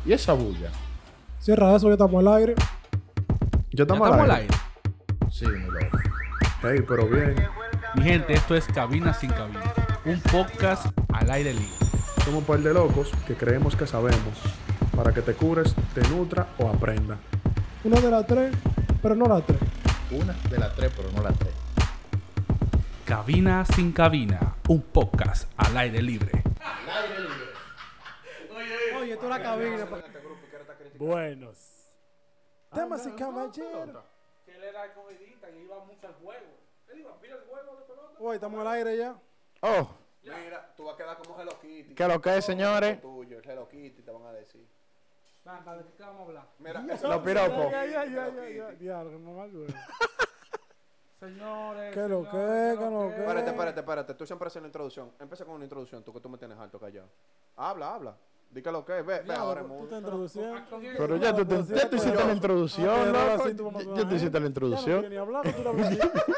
¿Y esa bulla? Cierra eso, ya estamos al aire. ¿Ya estamos al aire? Sí, mi loco. Hey, pero bien. Mi gente, esto es Cabina sin Cabina, un podcast al aire libre. Somos un par de locos que creemos que sabemos. Para que te cures, te nutra o aprenda. Una de las tres, pero no las tres. Una de las tres, pero no las tres. Cabina sin Cabina, un podcast al aire libre. Oye, tú la cabina. Buenos. Damas y caballeros. Que él era comedita y iba mucho al juego. Él iba a pila el juego de pelota. Oye, estamos al aire ya. Oh, Mira, tú vas a quedar como Hello Kitty. ¿qué lo que es, señores? Tuyo, el Hello Kitty, te van a decir. Venga, ¿de qué vamos a hablar? Mira, Los piropos. Ya. Diablo, no me acuerdo. Señores. ¿Qué lo que? Espérate. Tú siempre haces la introducción. Empieza con una introducción, tú que tú me tienes alto callado. Habla. Di que lo que es. Ve ahora. Tú te introduciendo. Pero ya tú hiciste la introducción, loco. Ya tú hiciste la introducción. Ni hablar, tú la ves.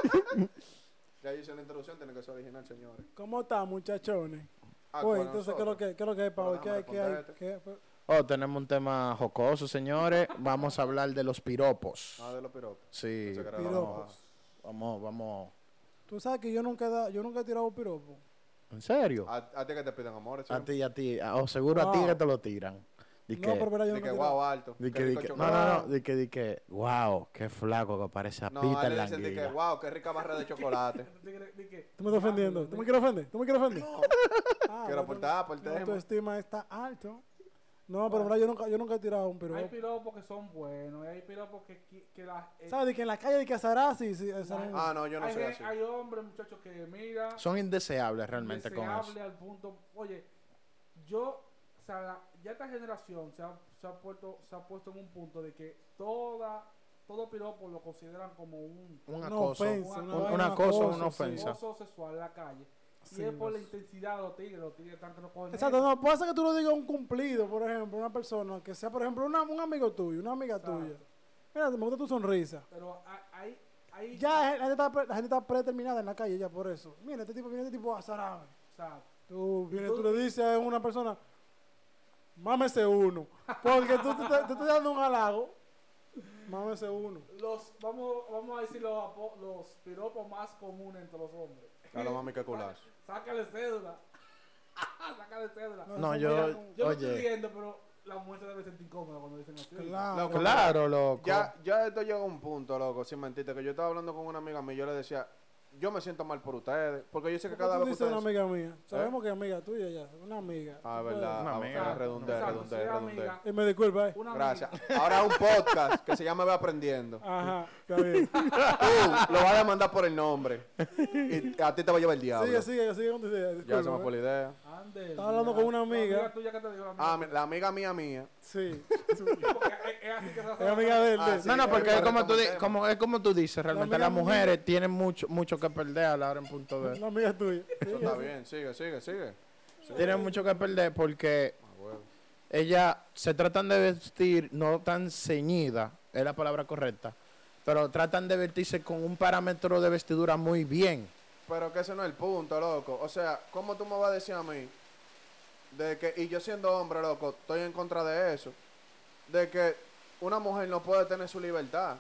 Ya hice la introducción, tiene que ser original, señores. ¿Cómo están, muchachones? Ah, Oye, con entonces, ¿qué es lo que es para hoy? ¿Qué hay? ¿Qué? Oh, tenemos un tema jocoso, señores. Vamos a hablar de los piropos. Ah, de los piropos. Sí, Pensé que era Piropos. vamos. Tú sabes que yo nunca he tirado piropo. ¿En serio? A ti que te piden amor, A ti. O seguro a ti Wow. que te lo tiran. Di No, que, pero mira, yo Di nunca que he guau, tirado. alto. di Qué que, rico di que, chocolate. no, di que, wow, qué flaco que parece a No, a Peter él le dicen di que, Languilla. wow, qué rica barra de chocolate. ¿Tú me estás ofendiendo? ¿Tú me quieres ofender? Ah, Quiero aportar por el tu tema. autoestima está alto. No, pero mira, yo nunca he tirado un Hay piropo. piropos que son buenos, y hay piropos que la... ¿Sabes? De que en la calle de Casarasi, sí, Ah, no, yo no soy así. Hay hombres, muchachos, que mira... Son indeseables realmente con eso. indeseable al punto... Oye, o sea, ya esta generación se ha puesto en un punto de que todo piropo lo consideran como un Un Una acoso. ofensa, Una acoso, una sí. ofensa. acoso sexual en la calle. Sí, Y es por no la intensidad de los tigres están que no cogen Exacto, eso. no, puede ser que tú lo digas un cumplido, por ejemplo, una persona que sea, por ejemplo, un amigo tuyo, una amiga tuya. Mira, me gusta tu sonrisa. Pero hay Ya la gente está predeterminada en la calle ya por eso. Mira, este tipo azarado. o sea, Tú le dices a una persona, mámese uno. Porque tú te estás dando un halago. Mámese uno. vamos a decir los piropos más comunes entre los hombres. A la mami que culazo. Sácale cédula. Sácale cédula. No, Yo no estoy oye, riendo, pero la mujer se debe sentir incómoda cuando dicen así. Claro. Loco, claro, loco. Ya esto llega a un punto, loco, sin mentirte, que yo estaba hablando con una amiga mía y yo le decía, yo me siento mal por ustedes, porque yo sé que ¿Por qué cada tú vez que dices una ustedes... amiga mía? Sabemos que es amiga tuya ya, una amiga. Ah, Tú verdad, Una amiga. ah, redundé. Exacto, si es amiga, puedes- me disculpa, una amiga. Gracias. Ahora un podcast que se llama Ve Aprendiendo. Ajá, está bien. Tú lo vas a demandar por el nombre y a ti te va a llevar el diablo. Sigue con tu idea. Ya se me disculpa, fue la idea. Ande, Estaba hablando con una la amiga. tuya que te dijo la Ah, amiga. la amiga mía. Sí. Porque es así que se Es amiga de él. Ah, de- sí. No, porque es para como tú, retomar el tema. es como tú dices, realmente amiga las mujeres tienen mucho que perder a la hora en punto de... Una amiga tuya. Eso está bien, sigue. Tienen mucho que perder porque Ah, huevo. ellas se tratan de vestir no tan ceñida, es la palabra correcta, pero tratan de vestirse con un parámetro de vestidura muy bien. Pero que ese no es el punto, loco. O sea, ¿cómo tú me vas a decir a mí de que, y yo siendo hombre, loco, estoy en contra de eso, de que una mujer no puede tener su libertad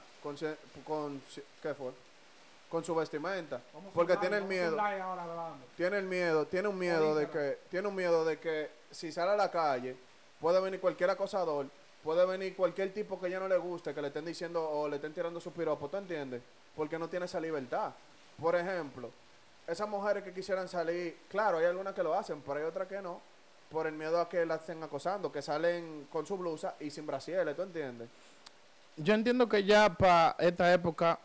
¿qué fue? Con su vestimenta, porque tiene el miedo, tiene un miedo de que si sale a la calle puede venir cualquier acosador, puede venir cualquier tipo que ya no le guste, que le estén diciendo o le estén tirando su piropo, ¿tú entiendes? Porque no tiene esa libertad. Por ejemplo, esas mujeres que quisieran salir, claro, hay algunas que lo hacen, pero hay otras que no, por el miedo a que la estén acosando, que salen con su blusa y sin brasieres, ¿tú entiendes? Yo entiendo que ya para esta época,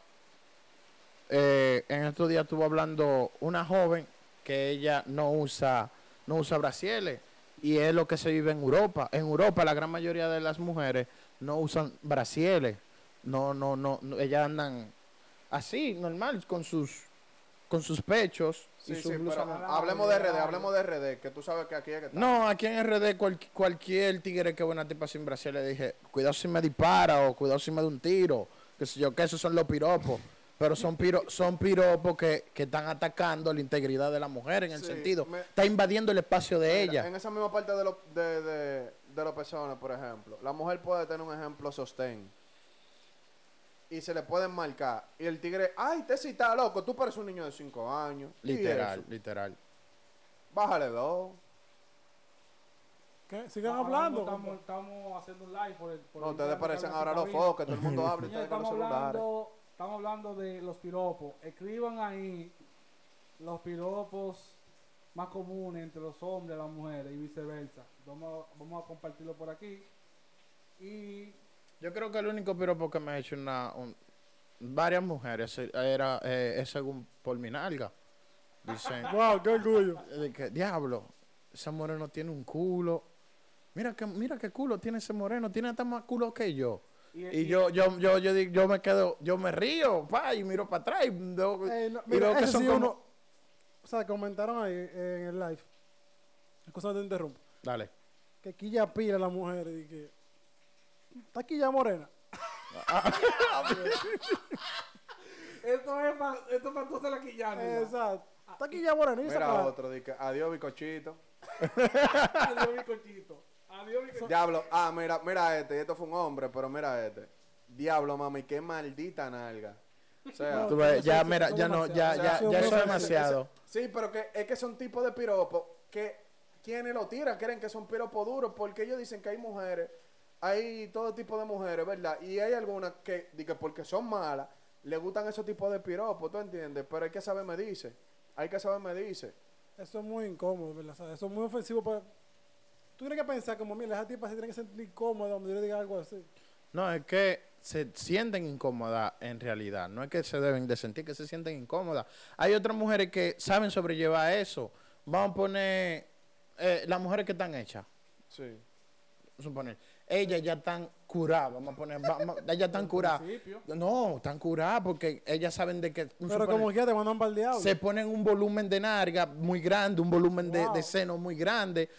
en estos días estuvo hablando una joven que ella no usa brasieles y es lo que se vive en Europa. En Europa la gran mayoría de las mujeres no usan brasieles, no, ellas andan así, normal, con sus pechos y Sí, sus sí, blusas. pero hablemos de RD, que tú sabes que aquí es que está. No, aquí en RD cualquier tigre que buena tipa sin Brasil le dije, cuidado si me dispara o cuidado si me da un tiro, que sé yo, que esos son los piropos. Pero son piropos que están atacando la integridad de la mujer en el Sí, sentido. Está invadiendo el espacio de Mira, ella. en esa misma parte de los personas, por ejemplo. La mujer puede tener un ejemplo sostén. Y se le pueden marcar. Y el tigre, ay, te cita, loco, tú pareces un niño de 5 años. ¿Y Literal, eso? literal. Bájale 2. ¿Qué? Sigan Ahora hablando. mismo compa. estamos haciendo un live por el. Por No, el ustedes Instagram, parecen Carlos ahora los Cabina. focos, que todo el mundo habla y Señores, ustedes con los celulares. estamos hablando de los piropos. Escriban ahí los piropos más comunes entre los hombres y las mujeres y viceversa. Vamos a compartirlo por aquí. Y Yo creo que el único piropo que me ha hecho varias mujeres es según por mi nalga. Dicen, Wow, qué orgullo. de que, diablo, ese moreno tiene un culo. Mira qué culo tiene ese moreno, tiene hasta más culo que yo. Y yo me quedo, yo me río, pa, y miro para atrás y veo, No, y mira, veo que ese son sí como... uno, o sea, comentaron ahí en el live. Cosa no te interrumpo. Dale. Que quilla pila la mujer y que. ¿Está quilla morena? esto es para entonces la quillana. Exacto. ¿Está quilla morena? Y esa Mira cara. otro, dice, adiós, bicochito. Adiós, mi cochito. Adiós, mi cochito. Diablo, mira este, y esto fue un hombre, pero mira este. Diablo, mami, qué maldita nalga. O sea, No, Tú ves, ya, eso- mira, eso ya no, ya, demasiado. ya, Eso ya eso es muy demasiado. sí, pero que es que son tipos de piropos que quienes lo tiran creen que son piropos duros porque ellos dicen que hay mujeres, hay todo tipo de mujeres, ¿verdad? Y hay algunas que, porque son malas, le gustan esos tipos de piropos, ¿tú entiendes? Pero hay que saber medirse. Hay que saber medirse. Eso es muy incómodo, ¿verdad? O sea, eso es muy ofensivo para. Tú tienes que pensar como, mira, esa tipa se tiene que sentir incómoda cuando yo le diga algo así. No, es que se sienten incómodas en realidad. No es que se deben de sentir, que se sienten incómodas. Hay otras mujeres que saben sobrellevar eso. Vamos a poner las mujeres que están hechas. Sí. Suponer. Ellas ya están curadas. Vamos a poner. Ellas están curadas. Principio. No, están curadas porque ellas saben de que. Pero suponer, como que ya te mandan para el diablo. se ponen un volumen de narga muy grande, un volumen Wow. de seno muy grande,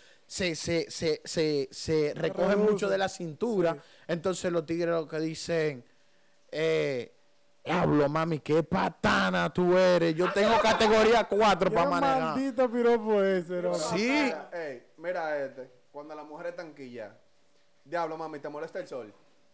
se recoge reduce. mucho de la cintura. Sí. Entonces los tigres lo que dicen, diablo, mami, qué patana tú eres. Yo tengo categoría 4 Qué para manejar. maldito piropo ese, ¿no? Sí. Mira este, cuando la mujer es tanquilla. Diablo, mami, ¿te molesta el sol?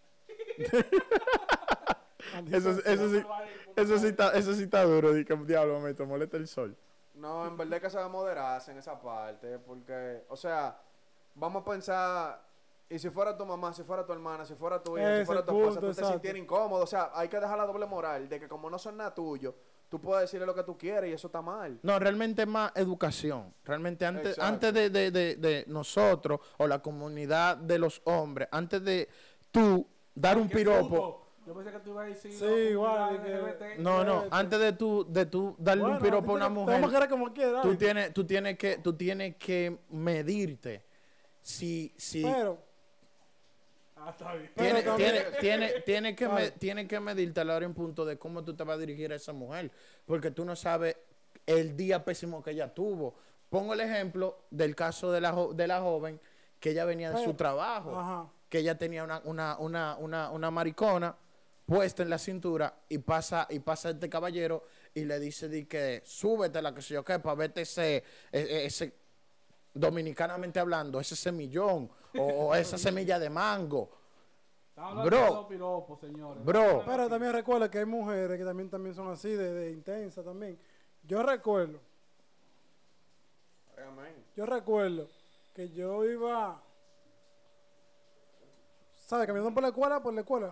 Eso sí está duro. Di que, diablo, me te molesta el sol. No, en verdad hay que saber moderarse en esa parte, porque, o sea, vamos a pensar, y si fuera tu mamá, si fuera tu hermana, si fuera tu hija, si Ese fuera tu esposa, punto, tú te exacto. sintieras incómodo, o sea, hay que dejar la doble moral, de que como no son nada tuyo, tú puedes decirle lo que tú quieres y eso está mal. No, realmente es más educación. Realmente antes Exacto. de nosotros o la comunidad de los hombres, antes de tú dar un ¿Qué piropo, susto? Yo pensé que tú ibas a decir. Sí, no, igual, comunidad de que- LGBT. no, Vete. antes de tú darle un piropo a una Vamos a mujer, querer como quiera. tú tienes que medirte. Si Pero, Ah, está bien. Pero también- tiene que medirte a la hora en punto de cómo tú te vas a dirigir a esa mujer, porque tú no sabes el día pésimo que ella tuvo. Pongo el ejemplo del caso de la joven que ella venía de su Pero- trabajo, ajá. que ella tenía una maricona puesta en la cintura y pasa este caballero y le dice di que súbete la que sé yo qué para verte ese dominicanamente hablando, ese semillón o esa semilla de mango. Estamos hablando Bro. de los piropos, señores. Bro. pero también recuerda que hay mujeres que también son así, de intensas también. Yo recuerdo que yo iba, ¿sabes? Caminando por la escuela.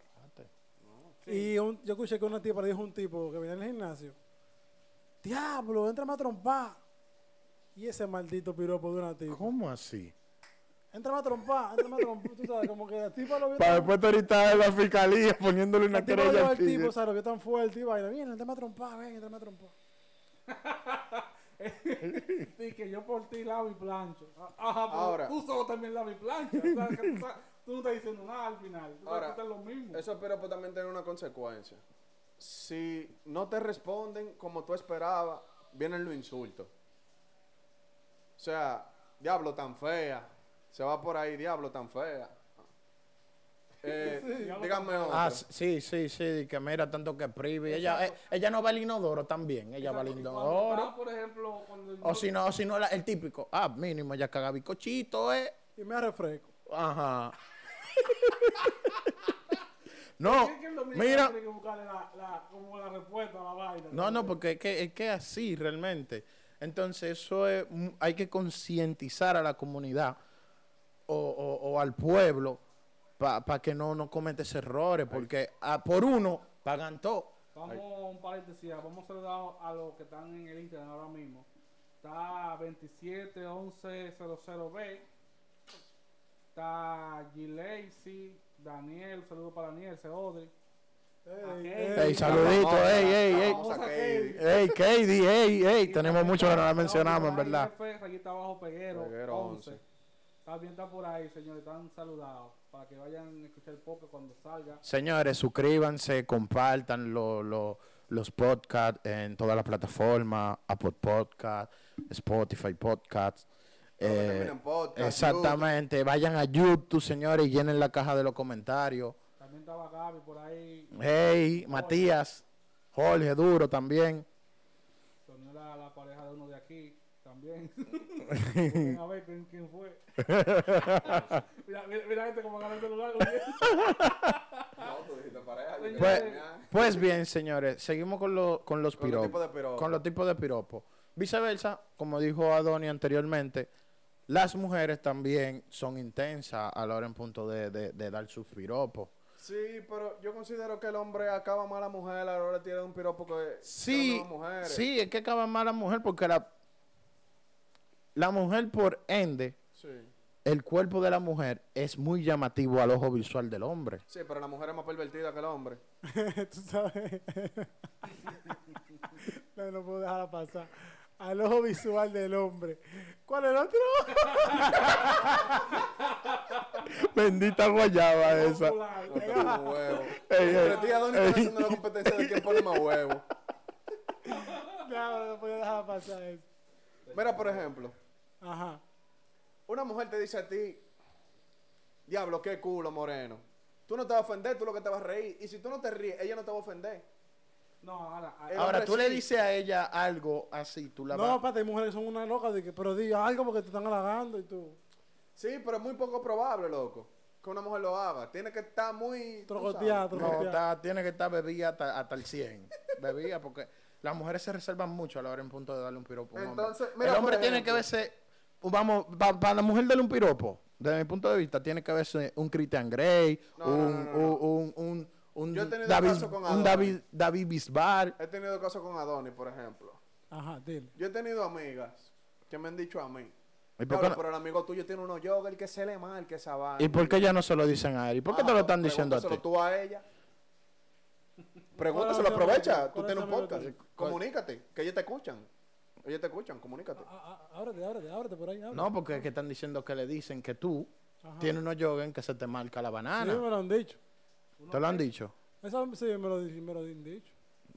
Y yo escuché que una tipa le dijo a un tipo que venía al gimnasio, diablo, entrame a trompar. Y ese maldito piropo de una tipa. ¿Cómo así? Entrame a trompar, tú sabes, como que la tipa lo vio Para tan, después ahorita en la fiscalía poniéndole una la tipa lo querella vio al al tipo, tigre. o sea, lo vio tan fuerte y vaina, bien, entrame a trompar, ven, entrame a trompar. Sí, que yo por ti lavo y plancho. Ajá, pero Ahora. tú solo también lavas y planchas. O sea, que tú no estás diciendo nada al final. Tú Ahora, estás lo mismo. Eso piropos también tiene una consecuencia. Si no te responden como tú esperabas, vienen los insultos. O sea, diablo tan fea. Se va por ahí, diablo tan fea. Díganme otro. Ah, sí, que mira tanto que prive. Ella no va al inodoro también, ella va al Exacto, y cuando inodoro. está, por ejemplo, cuando O si no, el típico, mínimo, ella caga bicochito, Y me refresco. Ajá. No, Es que el dominicano mira. tiene que buscarle como la respuesta a la vaina. No, porque es que así realmente. Entonces, eso es, hay que concientizar a la comunidad o al pueblo para que no cometa esos errores, porque por uno pagan todo. Vamos un paréntesis, vamos a saludar a los que están en el internet ahora mismo. Está 271100B. Está Gilacy, Daniel, saludo para Daniel, Seodri. Ey, saludito, ey. Vamos a Katie. Ey, Katie, ey. Tenemos mucho que no la mencionamos, en verdad. Rayita abajo, Peguero, Peguero 11. También está por ahí, señores, están saludados. Para que vayan a escuchar el podcast cuando salga. Señores, suscríbanse, compartan los podcasts en todas las plataformas, Apple Podcast, Spotify Podcast. Todo que termine en podcast, Exactamente, vayan a YouTube, señores, y llenen la caja de los comentarios. También estaba Gaby por ahí. Hey, Matías, Jorge, duro también. Se unió la pareja de uno de aquí también. Busquen a ver quién fue. mira este como gana el celular. No, tú dijiste pareja. yo Pues, quería- pues bien, señores, seguimos con los Con los piropos. tipos de piropos. Con los tipos de piropos. Viceversa, como dijo Adoni anteriormente, las mujeres también son intensas a la hora en punto de dar sus piropos. Sí, pero yo considero que el hombre acaba mal a la mujer a la hora de tirar un piropo que Sí, las mujeres. sí, es que acaba mal la mujer porque la mujer por ende, Sí. el cuerpo de la mujer es muy llamativo al ojo visual del hombre. Sí, pero la mujer es más pervertida que el hombre. Tú sabes. No puedo dejar pasar. Al ojo visual del hombre. ¿Cuál es el otro? Bendita guayaba esa. Popular. No tengo un huevo. Ey, Entre ti y Adonis están ey. haciendo la competencia de quién pone más huevo. No puedo dejar pasar eso. Mira, por ejemplo, Ajá. una mujer te dice a ti, diablo, qué culo, moreno. Tú no te vas a ofender, tú lo que te vas a reír. Y si tú no te ríes, ella no te va a ofender. No, ahora. El Ahora, hombre tú le sí. dices a ella algo así, tú la No, vas... aparte hay mujeres que son una loca, pero di algo porque te están halagando y tú. Sí, pero es muy poco probable, loco, que una mujer lo haga. Tiene que estar muy... tú Trocoteada, sabes. trocoteada. Tiene que estar bebida hasta el 100. Bebida porque las mujeres se reservan mucho a la hora en punto de darle un piropo a un Entonces, hombre. mira, El hombre por tiene que ejemplo. verse... Vamos, para la mujer darle un piropo, desde mi punto de vista, tiene que verse un Christian Grey, No, no. un Yo he tenido David, caso con un Adonis. David Bisbal. He tenido casos con Adonis, por ejemplo. Ajá, dile. Yo he tenido amigas que me han dicho a mí, ¿Y por, "Diablo, qué no- pero el amigo tuyo tiene unos jogger que se le mal, que esa vaina". ¿Y por qué ya no se lo dicen a él? ¿Y por qué te lo están diciendo a ti? Pregúntaselo tú a ella. Pregúntaselo, ¿Cuál es el aprovecha. amigo? Tú ¿Cuál es tienes el un amigo podcast. tuyo? Comunícate, que ellos te escuchan. Ellos te escuchan, comunícate. Ábrete por ahí. Ábrete. No, porque es que están diciendo que le dicen que tú Ajá. tienes unos jogging que se te marca la Sí, banana. me lo han dicho. ¿Te lo han dicho? Eso sí me lo han dicho.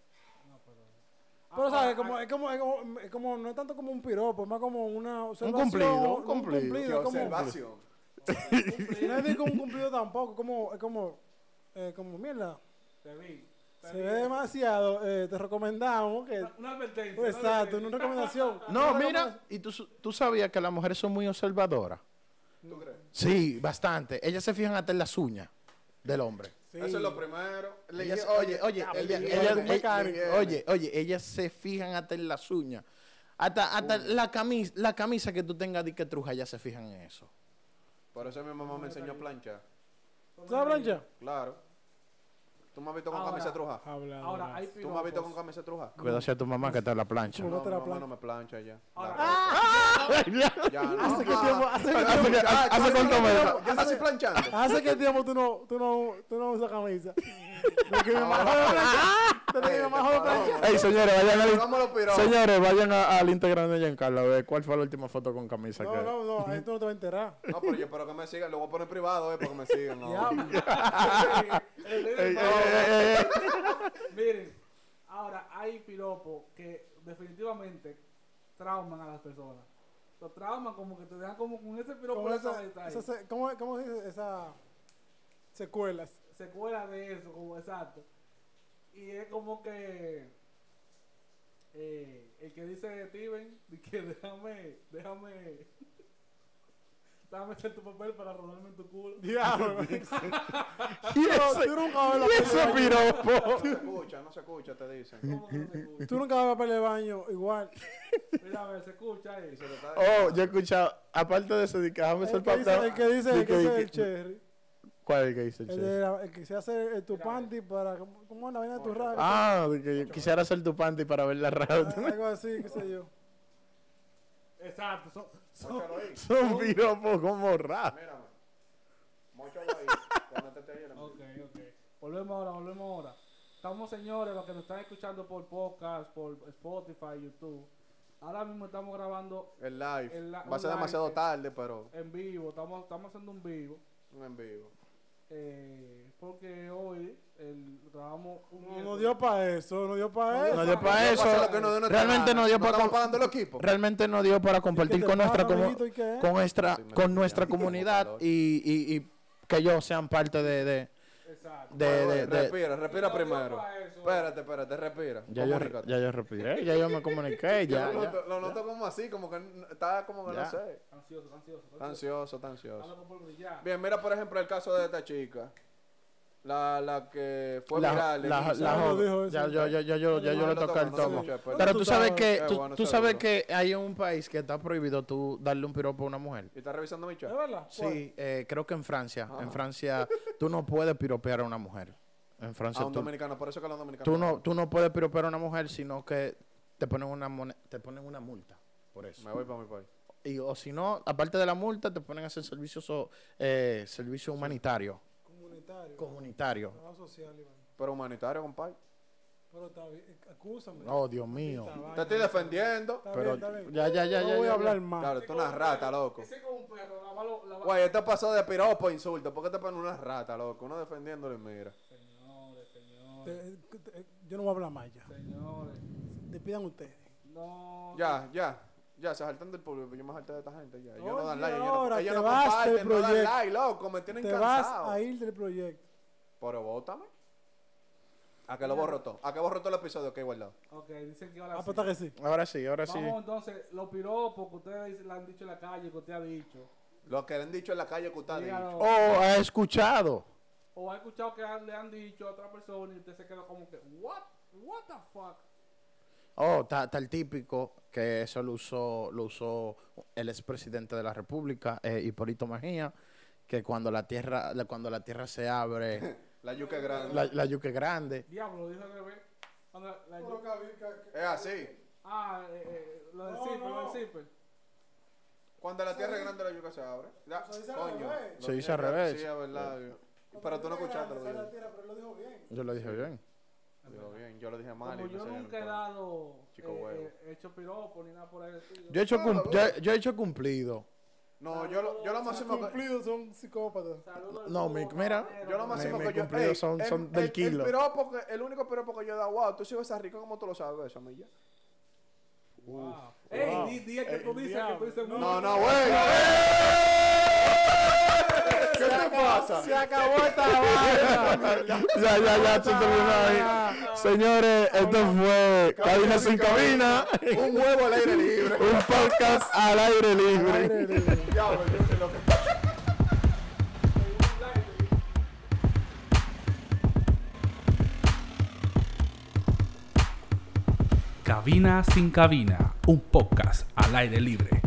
Ah, Pero, ¿sabes? Es como, no es tanto como un piropo, es más como una observación. cumplido, un un cumplido. Qué es como, observación. no es como un cumplido tampoco, es como mierda. Te vi. Se ve demasiado, te recomendamos que... Una advertencia. Exacto, una recomendación. No, mira, y tú sabías que las mujeres son muy observadoras. ¿Tú crees? Sí, bastante. Ellas se fijan hasta en las uñas del hombre. Sí. Eso es lo primero. Le Ellas, dije, oye, el higiene, ellas- el higiene. oye, ellas se fijan hasta en las uñas. Hasta la camisa que tú tengas de que truja, ellas se fijan en eso. Por eso mi mamá me enseñó a planchar. ¿Tú sabes plancha? Claro. ¿Tú me has visto con Ahora- camisa truja? Ahora hay ¿Tú me has visto con piropos. camisa truja? Cuidado si a tu mamá que te la plancha. ¿Cómo No, te mi la mamá plancha? no me plancha ya. Ahora, Ya no. ¿Hace qué tiempo? ¿Hace Hace cuánto meses. ¿Ya estás planchando? ¿Hace qué tiempo tú no usas camisa? Porque mi mamá joven plancha. Desde que mi mamá joven plancha. Ey, señores, vayan Vamos a los piropos. Señores, vayan al Instagram de Giancarlo a ver cuál fue la última foto con camisa que... No, ahí tú no te vas a enterar. No, pero yo espero que me sigan. Lo voy a poner privado, para que me sigan. No. Ya, miren, ahora hay piropos que definitivamente trauman a las personas. Los trauman como que te dejan como con ese piropo como en la esa, cabeza ahí. ¿cómo se dice? Esa secuelas. Secuela de eso, como exacto. Y es como que el que dice Steven, de que déjame Déjame meter tu papel para rodarme en tu culo. Diablo. Y Tú nunca ves la ese pelea de baño. piropo. No se escucha, te dicen. ¿Cómo que no se escucha? Tú nunca ves la pelea de baño igual. Mira, a ver, se escucha ahí. Se lo está Oh, yo he escuchado, aparte de eso, de que déjame ser El que dice, papá. el que dice, de el que dice que- el cherry. ¿Cuál es el que dice el El, chef? el que se hace tu panty para... ¿Cómo es la vaina de tu raro? Ah, de que yo quisiera hacer tu panty para ver la rata. Algo así, qué sé yo. Exacto. Móchalo ahí. Son piropos como rap. Mírame. Móchalo ahí. Cuando ahí en el Ok. Volvemos ahora. Estamos, señores, los que nos están escuchando por podcast, por Spotify, YouTube. Ahora mismo estamos grabando El live. El Va a ser live, demasiado tarde, pero en vivo. Estamos haciendo un vivo. un en vivo. Porque hoy grabamos un No miércoles. dio para eso, no dio para eso. No dio para No eso. pasa lo que nos dé nuestra Realmente gana. no dio No para estamos pagando el equipo. realmente no dio para compartir te con nuestra pasa, amiguito, ¿y qué? con nuestra comunidad y que ellos sean parte de Exacto. Respira No, primero. no para eso. Espérate, respira. ya yo respiré, ya yo me comuniqué, ya. Lo noto como así, como que está como que Ya. no sé. Ansioso. Está ansioso. Habla por brillar. Bien, mira por ejemplo el caso de esta chica. La que fue viral. en la Instagram. lo joven. dijo Ya eso. yo No, le no toca el toca, no tomo. toca, pues. Pero Tú tú sabes estabas- que Qué bueno, tú sabes seguro. que hay un país que está prohibido tú darle un piropo a una mujer. ¿Y está revisando mi ¿Es chat? verdad? Sí, creo que en Francia. Ajá. En Francia tú no puedes piropear a una mujer. En Francia A un tú, dominicano, por eso que a los dominicanos. tú no puedes piropear a una mujer, sino que te ponen una multa por eso. Me voy para mi país. O si no, aparte de la multa, te ponen a hacer servicio humanitario, comunitario. Trabajo social, Iván. Pero humanitario, compadre. Pero está bien, acúsame. Oh, Dios mío. Te estoy defendiendo. Está Pero bien, está bien. ya. No voy a hablar más. Claro, tú una rata, loco. Ese como un perro, la Güey, esto pasó de piropo a insulto. ¿Por qué te ponen una rata, loco? Uno defendiéndolo y mira. Señores. Yo no voy a hablar más ya. Señores. Despidan ustedes. No. Ya, se saltan del público. Yo me salté de esta gente ya. Ellos no Oye, dan like. ahora Ellos te no vas del comparten, no dan proyecto. like, loco. Me tienen Te vas cansado. a ir del proyecto. Pero bótame. ¿A qué lo borro todo? ¿A qué borro todo el episodio que he guardado? Ok, dicen que ahora Ah, sí. pues está que sí. Ahora sí. Vamos entonces, los piropos que ustedes le han dicho en la calle, que usted ha dicho. Lo que le han dicho en la calle que usted ha Dígalo. dicho. Oh, ha escuchado. O ha escuchado que le han dicho a otra persona y usted se quedó como que, what the fuck? Oh, está el típico que eso lo usó el expresidente de la República, Hipólito Mejía, que cuando la tierra se abre, La yuca es grande. la yuca es grande. Diablo, lo dijo al revés. Cuando Es así. lo del No, zipper, no. lo del zipper. Cuando la tierra es grande, la yuca se abre. Ya, Se dice al coño. revés. Lo Se dice dije al revés. Sí, es verdad. Pero tú no escuchaste lo que yo dije. Pero lo dijo bien. Yo lo dije bien. Digo bien, yo lo dije mal. Como y no yo se nunca he dieron cuenta. dado, Chico huevo. hecho piropo ni nada por el estilo. Yo he hecho cumplido. No, yo lo Los máximo que... cumplidos son psicópatas. Saludos al No, grupo, mira, caballero. Yo lo máximo mi que yo... cumplido son del kilo. El único piropo que yo he dado, wow, tú sigues a rico como tú lo sabes, eso, milla. Wow. Ey, di el que tú dices, que tú dices No, güey. ¿Qué te pasa? Se acabó esta vaina. Ya, se terminó ahí. Señores, esto fue Cabina sin Cabina, Un huevo al aire libre. un podcast al aire libre. Diablo, yo sé lo que... Cabina sin cabina, un podcast al aire libre.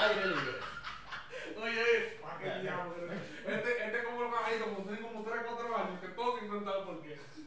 Oye, ¿para qué diablo? Este como lo que hay como 3, 4 años que todo que inventado por qué.